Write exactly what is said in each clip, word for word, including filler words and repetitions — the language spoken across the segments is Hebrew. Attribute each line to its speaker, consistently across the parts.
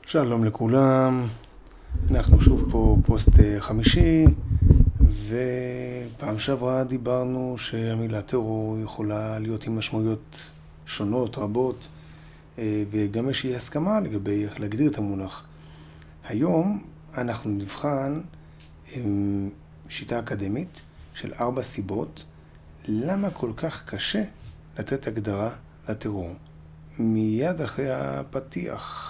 Speaker 1: שלום לכולם, אנחנו שוב פה פוסט חמישי, ופעם שעברה דיברנו שהמילה טרור יכולה להיות עם משמעויות שונות, רבות, וגם יש אי הסכמה לגבי איך להגדיר את המונח. היום אנחנו נבחן שיטה אקדמית של ארבע סיבות למה כל כך קשה לתת הגדרה לטרור. מיד אחרי הפתיח.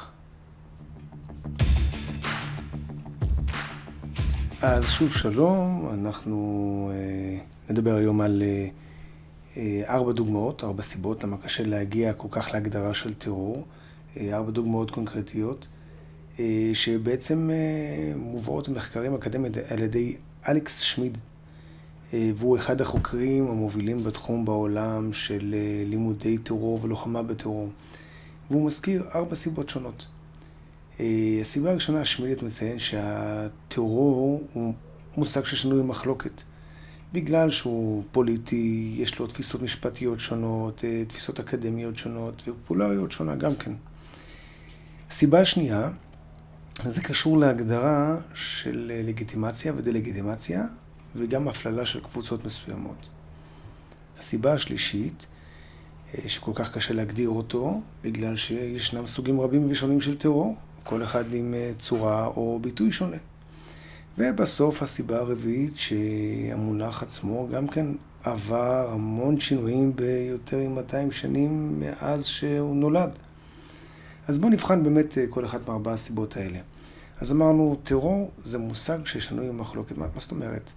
Speaker 1: אז שוב שלום, אנחנו אה, נדבר היום על אה, אה, ארבע דוגמאות, ארבע סיבות למה קשה להגיע כל כך להגדרה של טרור, אה, ארבע דוגמאות קונקרטיות, אה, שבעצם אה, מובאות במחקרים אקדמיים על ידי אלכס שמיד, אה, והוא אחד החוקרים המובילים בתחום בעולם של אה, לימודי טרור ולוחמה בטרור, והוא מזכיר ארבע סיבות שונות. הסיבה הראשונה, שמיד מציין שהטרור הוא מושג ששנוי במחלוקת. בגלל שהוא פוליטי, יש לו תפיסות משפטיות שונות, תפיסות אקדמיות שונות ופופולריות שונה גם כן. הסיבה השנייה, זה קשור להגדרה של לגיטימציה ודה-לגיטימציה וגם הפללה של קבוצות מסוימות. הסיבה השלישית, שכל כך קשה להגדיר אותו, בגלל שישנם סוגים רבים ושונים של טרור, כל אחד עם צורה או ביטוי שונה. ובסוף הסיבה הרביעית שהמונח עצמו גם כן עבר המון שינויים ביותר מ-מאתיים שנים מאז שהוא נולד. אז בואו נבחן באמת כל אחת מארבע הסיבות האלה. אז אמרנו, טרור זה מושג ששנוי במחלוקת. מה, מה זאת אומרת?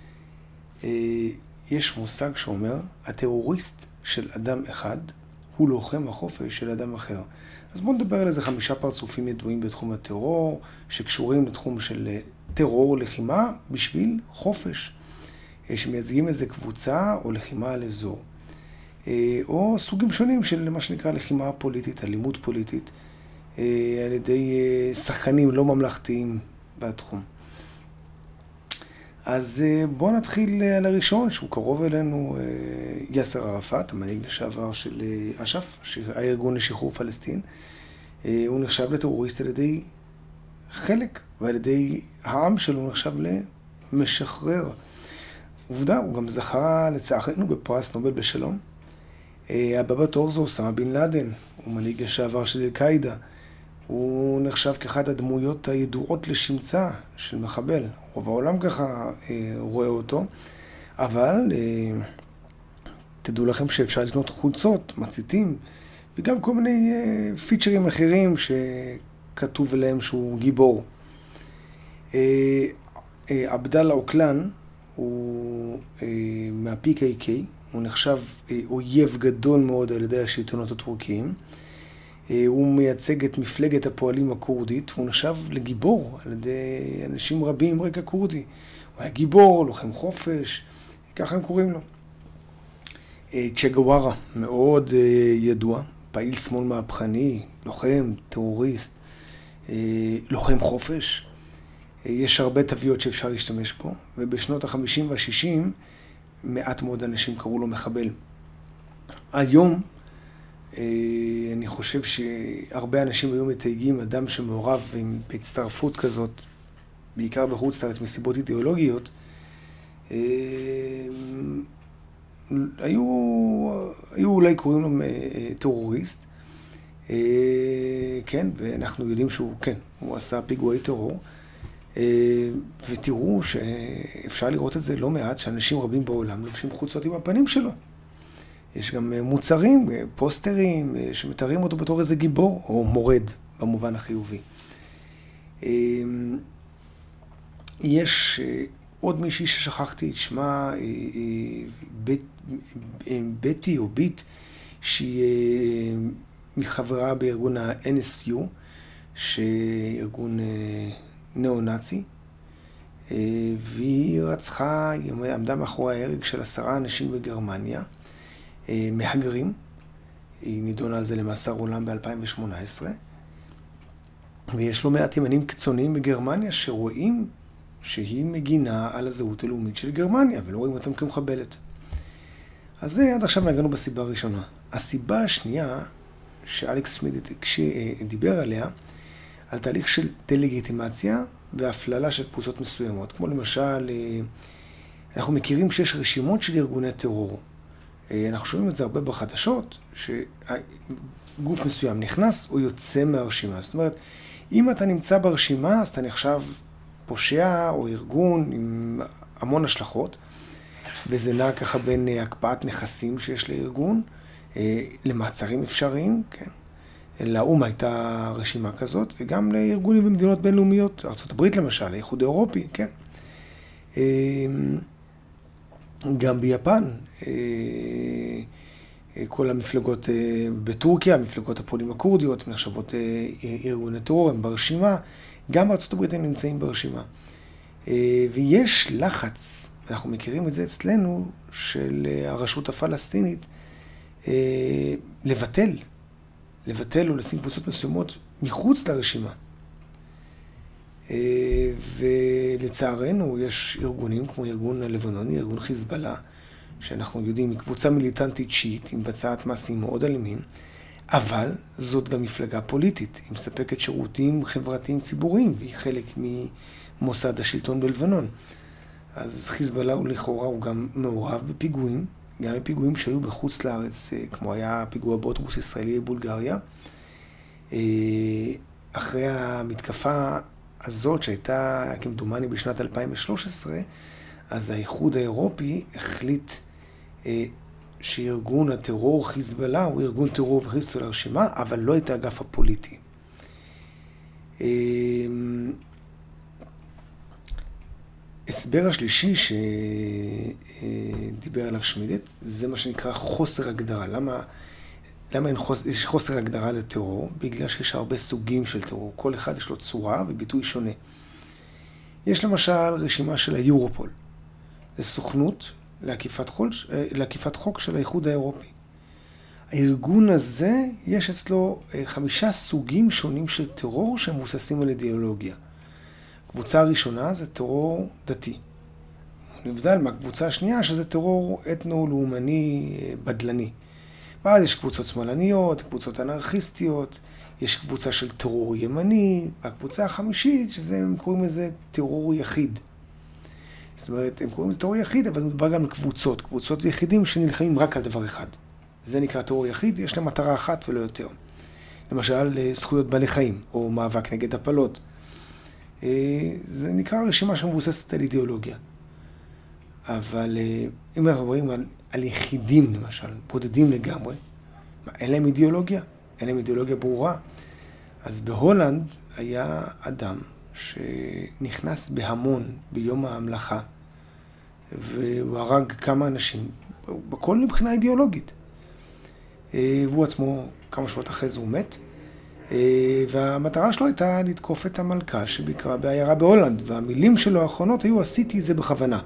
Speaker 1: יש מושג שאומר, הטרוריסט של אדם אחד הוא לוחם החופש של אדם אחר. אז בואו נדבר על איזה חמישה פרצופים ידועים בתחום הטרור, שקשורים לתחום של טרור לחימה בשביל חופש, שמייצגים איזה קבוצה או לחימה על אזור. או סוגים שונים של מה שנקרא לחימה פוליטית, אלימות פוליטית, על ידי שחקנים לא ממלכתיים בתחום. אז בואו נתחיל על הראשון, שהוא קרוב אלינו, יאסר ערפאת, המנהיג לשעבר של אש"ף, הארגון לשחרור פלסטין. הוא נחשב לטרוריסט על ידי חלק, ועל ידי העם שלו נחשב למשחרר. עובדה, הוא גם זכה לצערנו בפרס נובל בשלום. הבא בתור זה אוסמה בן לאדן, הוא מנהיג לשעבר של אל-קאעידה. הוא נחשב כאחד הדמויות הידועות לשמצה של מחבל. רוב העולם ככה אה, רואה אותו, אבל אה, תדעו לכם שאפשר לקנות חולצות, מציתים, וגם כל מיני אה, פיצ'רים אחרים שכתוב עליהם שהוא גיבור. אה, אה, עבדאללה אוקלן הוא אה, מה-פי קיי קיי, הוא נחשב אה, אויב גדול מאוד על ידי השלטונות הטורקיים. הוא מייצג את מפלגת הפועלים הקורדית, והוא נחשב לגיבור על ידי אנשים רבים עם רקע קורדי. הוא היה גיבור, לוחם חופש, ככה הם קוראים לו. צ'ה גווארה, מאוד ידוע, פעיל שמאל מהפכני, לוחם, טרוריסט, לוחם חופש. יש הרבה תוויות שאפשר להשתמש פה, ובשנות ה-חמישים וה-שישים מעט מאוד אנשים קראו לו מחבל. היום, אני חושב שהרבה אנשים היו מתייגים אדם שמעורב בהצטרפות כזאת, בעיקר בחוץ לארץ מסיבות אידיאולוגיות, היו, היו אולי קוראים לו טרוריסט, כן, ואנחנו יודעים שהוא, כן, הוא עשה פיגועי טרור, ותראו שאפשר לראות את זה לא מעט, שאנשים רבים בעולם לובשים חולצות עם הפנים שלו. יש גם מוצרים, פוסטרים, שמתארים אותו בתור איזה גיבור, או מורד, במובן החיובי. יש עוד מישהי ששכחתי את שמה, בטי או ביט, שהיא מחברה בארגון ה-אן אס יו, שארגון נאו-נאצי, והיא רצחה, היא עמדה מאחורי ההרג של עשרה אנשים בגרמניה, מהגרים. היא נידונה על זה למאסר עולם ב-אלפיים ושמונה עשרה. ויש לו מעט ימנים קיצוניים בגרמניה שרואים שהיא מגינה על הזהות הלאומית של גרמניה, ולא רואים אותם כמחבלת. אז זה עד עכשיו נגענו בסיבה הראשונה. הסיבה השנייה שאלכס שמיד דיבר עליה, על תהליך של דה-לגיטימציה והפללה של קבוצות מסוימות. כמו למשל, אנחנו מכירים שיש רשימות של ארגוני טרור. אנחנו שומעים את זה הרבה בחדשות, שגוף מסוים נכנס או יוצא מהרשימה. זאת אומרת, אם אתה נמצא ברשימה, אז אתה נחשב פושע או ארגון עם המון השלכות, וזה נע ככה בין הקפאת נכסים שיש לארגון, למעצרים אפשריים, כן. לאו"ם הייתה רשימה כזאת, וגם לארגונים במדינות בינלאומיות, ארצות הברית למשל, האיחוד האירופי, כן. גם ביפן, כל המפלגות בטורקיה, המפלגות הפולים הקורדיות, נחשבות ארגוני טרור, הם ברשימה, גם בארצות הברית הם נמצאים ברשימה. ויש לחץ, אנחנו מכירים את זה אצלנו, של הרשות הפלסטינית, לבטל, לבטל או לשים קבוצות מסוימות מחוץ לרשימה. ולצערנו יש ארגונים כמו ארגון הלבנוני, ארגון חיזבאללה, שאנחנו יודעים, היא קבוצה מיליטנטית שיעית, היא מבצעת מעשים מאוד אלימים, אבל זאת גם מפלגה פוליטית, היא מספקת שירותים חברתיים ציבוריים, והיא חלק ממוסד השלטון בלבנון. אז חיזבאללה הוא לכאורה, הוא גם מעורב בפיגועים, גם בפיגועים שהיו בחוץ לארץ, כמו היה פיגוע באוטובוס ישראלי בבולגריה. אחרי המתקפה הזאת שהייתה כמדומני בשנת אלפיים ושלוש עשרה, אז האיחוד האירופי החליט שארגון הטרור חיזבאללה הוא ארגון טרור והכניס אותו לרשימה, אבל לא את האגף הפוליטי. הסבר השלישי שדיבר עליו שמידט, זה מה שנקרא חוסר הגדרה. למה, למה אין חוס, יש חוסר הגדרה לטרור? בגלל שיש הרבה סוגים של טרור. כל אחד יש לו צורה וביטוי שונה. יש למשל רשימה של היורופול. זה סוכנות לעקיפת חוק, לעקיפת חוק של האיחוד האירופי. הארגון הזה, יש אצלו חמישה סוגים שונים של טרור שמבוססים על אידיאולוגיה. הקבוצה הראשונה זה טרור דתי. הוא נבדל מהקבוצה השנייה שזה טרור אתנו-לאומני בדלני. ואז יש קבוצות שמאלניות, קבוצות אנרכיסטיות, יש קבוצה של טרור ימני, והקבוצה החמישית שזה הם קוראים לזה טרור יחיד. זאת אומרת, הם קוראים לזה טרור יחיד, אבל מדובר גם לקבוצות, קבוצות ויחידים שנלחמים רק על דבר אחד. זה נקרא טרור יחיד, יש להם מטרה אחת ולא יותר. למשל, זכויות בעלי חיים, או מאבק נגד הפלות. זה נקרא רשימה שמבוססת על אידיאולוגיה. אבל אם אנחנו מדברים על, על יחידים למשל, בודדים לגמרי, מה, אין להם אידיאולוגיה? אין להם אידיאולוגיה ברורה. אז בהולנד היה אדם שנכנס בהמון ביום ההמלכה, והוא הרג כמה אנשים, בכל מבחינה אידיאולוגית. והוא עצמו, כמה שעות אחרי זה הוא מת, והמטרה שלו הייתה לתקוף את המלכה שביקרה בעיירה בהולנד, והמילים שלו האחרונות היו, עשיתי זה בכוונה.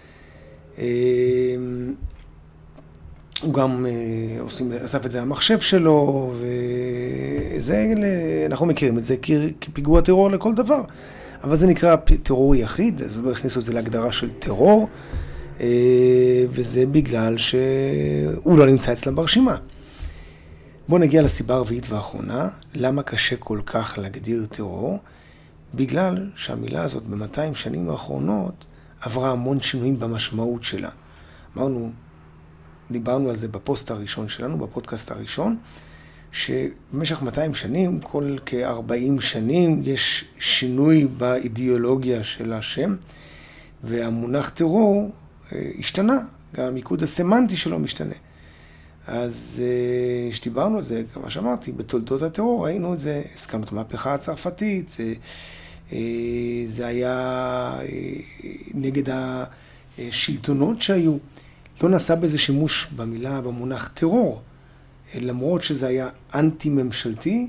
Speaker 1: הוא גם אסף את זה המחשב שלו, וזה, אנחנו מכירים את זה כפיגוע טרור לכל דבר, אבל זה נקרא טרור יחיד, אז לא הכניסו את זה להגדרה של טרור, וזה בגלל שהוא לא נמצא אצלם ברשימה. בואו נגיע לסיבה הרביעית והאחרונה, למה קשה כל כך להגדיר טרור? בגלל שהמילה הזאת ב-מאתיים שנים האחרונות עברה המון שינויים במשמעות שלה. אמרנו, דיברנו על זה בפוסט הראשון שלנו, בפודקאסט הראשון, שבמשך מאתיים שנים, כל כ-ארבעים שנים, יש שינוי באידיאולוגיה של השם, והמונח טרור השתנה, גם המיקוד הסמנטי שלו משתנה. אז שדיברנו על זה, כמו שאמרתי, בתולדות הטרור ראינו את זה, הזכרנו את המהפכה הצרפתית, זה, זה היה נגד השלטונות שהיו. לא נעשה בזה שימוש במילה, במונח טרור, למרות שזה היה אנטי-ממשלתי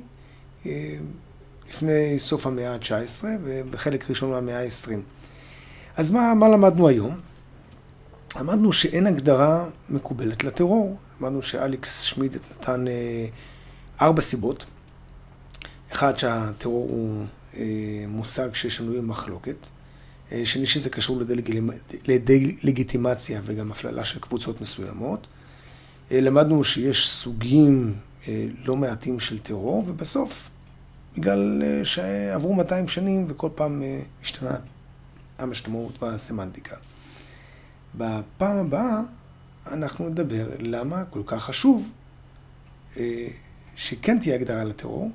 Speaker 1: לפני סוף המאה ה-תשע עשרה ובחלק ראשון מהמאה ה-עשרים. אז מה, מה למדנו היום? למדנו שאין הגדרה מקובלת לטרור. למדנו שאלכס שמידט נתן אה, ארבע סיבות. אחד, שהטרור הוא אה, מושג שיש שנוי במחלוקת. אה, שני, שזה קשור לדה-לגיטימציה וגם הפללה של קבוצות מסוימות. אה, למדנו שיש סוגים אה, לא מעטים של טרור, ובסוף בגלל שעברו מאתיים שנים וכל פעם השתנה המשמעות והסמנטיקה. בפעם הבאה אנחנו נדבר למה כל כך חשוב שכן תהיה הגדרה לטרור,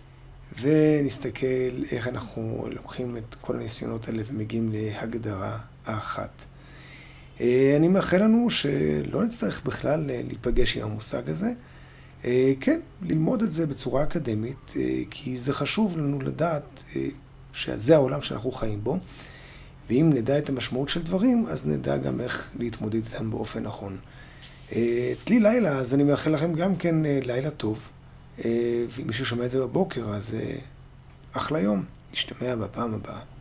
Speaker 1: ונסתכל איך אנחנו לוקחים את כל הניסיונות האלה ומגיעים להגדרה אחת. אני מאחל לנו שלא נצטרך בכלל להיפגש עם המושג הזה, כן, ללמוד את זה בצורה אקדמית, כי זה חשוב לנו לדעת שזה העולם שאנחנו חיים בו, ואם נדע את המשמעות של דברים, אז נדע גם איך להתמודד איתם באופן נכון. אצלי לילה, אז אני מאחל לכם גם כן לילה טוב, ואם מישהו שומע את זה בבוקר, אז אחלה יום, נשתמע בפעם הבאה.